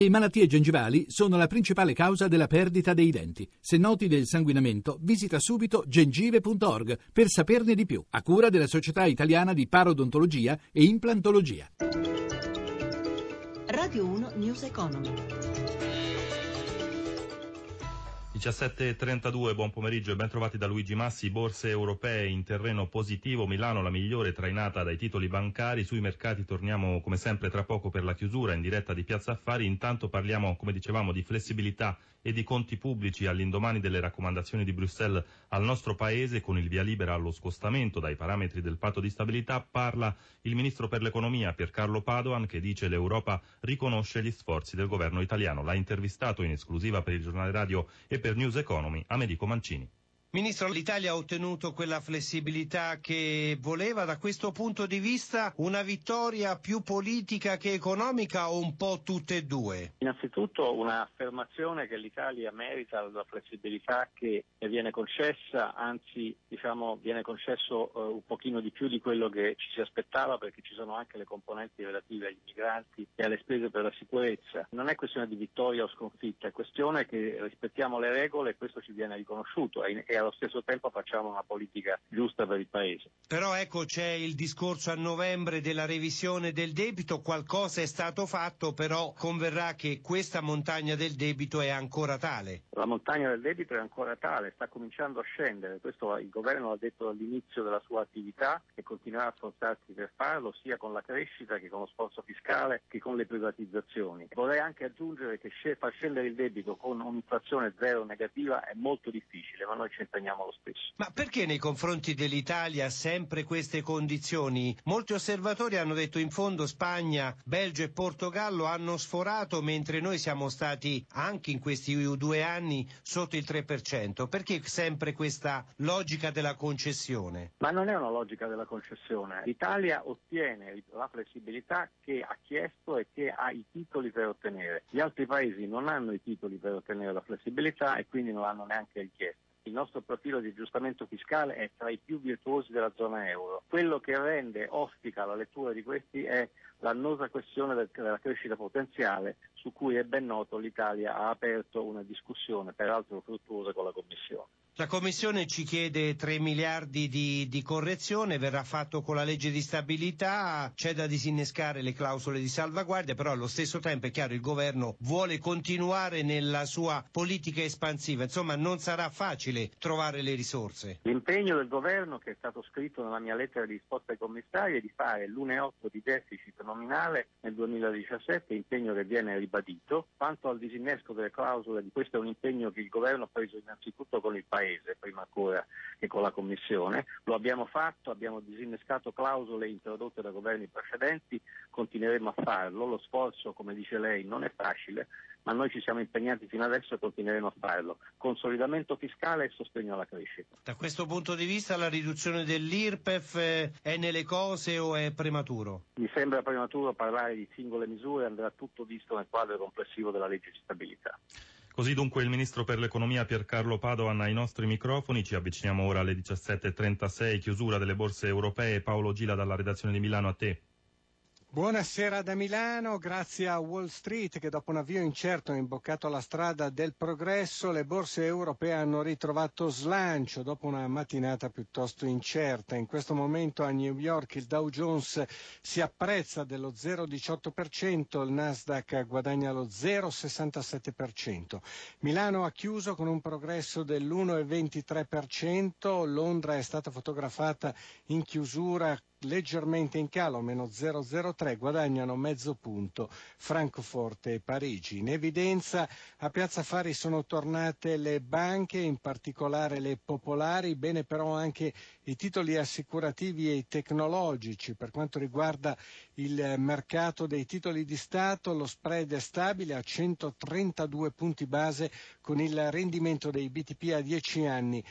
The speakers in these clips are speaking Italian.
Le malattie gengivali sono la principale causa della perdita dei denti. Se noti del sanguinamento, visita subito gengive.org per saperne di più, a cura della Società Italiana di Parodontologia e Implantologia. Radio 1 News Economy. 17.32, buon pomeriggio e ben trovati da Luigi Massi. Borse europee in terreno positivo, Milano la migliore trainata dai titoli bancari. Sui mercati torniamo come sempre tra poco per la chiusura in diretta di Piazza Affari. Intanto parliamo, come dicevamo, di flessibilità e di conti pubblici all'indomani delle raccomandazioni di Bruxelles al nostro Paese. Con il via libera allo scostamento dai parametri del patto di stabilità parla il ministro per l'economia Piercarlo Padoan, che dice l'Europa riconosce gli sforzi del governo italiano. L'ha intervistato in esclusiva per il giornale radio e per News Economy Americo Mancini. Ministro, l'Italia ha ottenuto quella flessibilità che voleva. Da questo punto di vista una vittoria più politica che economica o un po' tutte e due? Innanzitutto un'affermazione che l'Italia merita la flessibilità che viene concessa, anzi viene concesso un pochino di più di quello che ci si aspettava, perché ci sono anche le componenti relative agli migranti e alle spese per la sicurezza. Non è questione di vittoria o sconfitta, è questione che rispettiamo le regole e questo ci viene riconosciuto e allo stesso tempo facciamo una politica giusta per il Paese. Però c'è il discorso a novembre della revisione del debito, qualcosa è stato fatto, però converrà che questa montagna del debito è ancora tale. La montagna del debito è ancora tale, sta cominciando a scendere, questo il governo l'ha detto dall'inizio della sua attività e continuerà a sforzarsi per farlo sia con la crescita che con lo sforzo fiscale che con le privatizzazioni. Vorrei anche aggiungere che far scendere il debito con un'inflazione zero negativa è molto difficile, ma noi ci impegniamo lo stesso. Ma perché nei confronti dell'Italia sempre queste condizioni? Molti osservatori hanno detto in fondo Spagna, Belgio e Portogallo hanno sforato, mentre noi siamo stati anche in questi 2 anni sotto il 3%. Perché sempre questa logica della concessione? Ma non è una logica della concessione. L'Italia ottiene la flessibilità che ha chiesto e che ha i titoli per ottenere. Gli altri paesi non hanno i titoli per ottenere la flessibilità e quindi non l'hanno neanche richiesto. Il nostro profilo di aggiustamento fiscale è tra i più virtuosi della zona euro. Quello che rende ostica la lettura di questi è l'annosa questione della crescita potenziale, su cui è ben noto l'Italia ha aperto una discussione, peraltro fruttuosa, con la Commissione. La Commissione ci chiede 3 miliardi di correzione, verrà fatto con la legge di stabilità, c'è da disinnescare le clausole di salvaguardia, però allo stesso tempo è chiaro il governo vuole continuare nella sua politica espansiva, insomma non sarà facile trovare le risorse. L'impegno del governo, che è stato scritto nella mia lettera di risposta ai commissari, è di fare l'1,8 di deficit nominale nel 2017, impegno che viene ribadito. Quanto al disinnesco delle clausole, questo è un impegno che il governo ha preso innanzitutto con il Paese, prima ancora che con la Commissione. Lo abbiamo fatto, abbiamo disinnescato clausole introdotte da governi precedenti, continueremo a farlo. Lo sforzo, come dice lei, non è facile, ma noi ci siamo impegnati fino adesso e continueremo a farlo. Consolidamento fiscale e sostegno alla crescita. Da questo punto di vista la riduzione dell'IRPEF è nelle cose o è prematuro? Mi sembra prematuro parlare di singole misure, andrà tutto visto nel quadro complessivo della legge di stabilità. Così dunque il ministro per l'economia Piercarlo Padoan ai nostri microfoni. Ci avviciniamo ora alle 17.36, chiusura delle borse europee. Paolo Gila dalla redazione di Milano, a te. Buonasera da Milano, grazie a Wall Street che dopo un avvio incerto ha imboccato la strada del progresso. Le borse europee hanno ritrovato slancio dopo una mattinata piuttosto incerta. In questo momento a New York il Dow Jones si apprezza dello 0,18%, il Nasdaq guadagna lo 0,67%. Milano ha chiuso con un progresso dell'1,23%, Londra è stata fotografata in chiusura leggermente in calo, meno 0,03, guadagnano mezzo punto Francoforte e Parigi. In evidenza a Piazza Affari sono tornate le banche, in particolare le popolari, bene però anche i titoli assicurativi e i tecnologici. Per quanto riguarda il mercato dei titoli di Stato, lo spread è stabile a 132 punti base con il rendimento dei BTP a 10 anni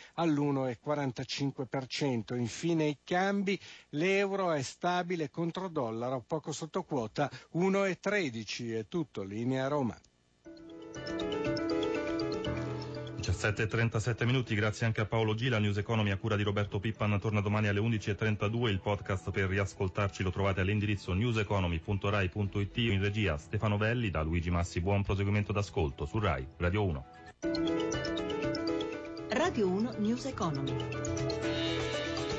all'1,45%. Infine i cambi, l'euro è stabile contro dollaro, poco sotto quota 1,13. È tutto, linea Roma. 17:37 minuti, grazie anche a Paolo Gila. News Economy a cura di Roberto Pippan torna domani alle 11:32. Il podcast per riascoltarci lo trovate all'indirizzo newseconomy.rai.it. In regia Stefano Velli, da Luigi Massi buon proseguimento d'ascolto su Rai Radio 1. Radio 1 News Economy.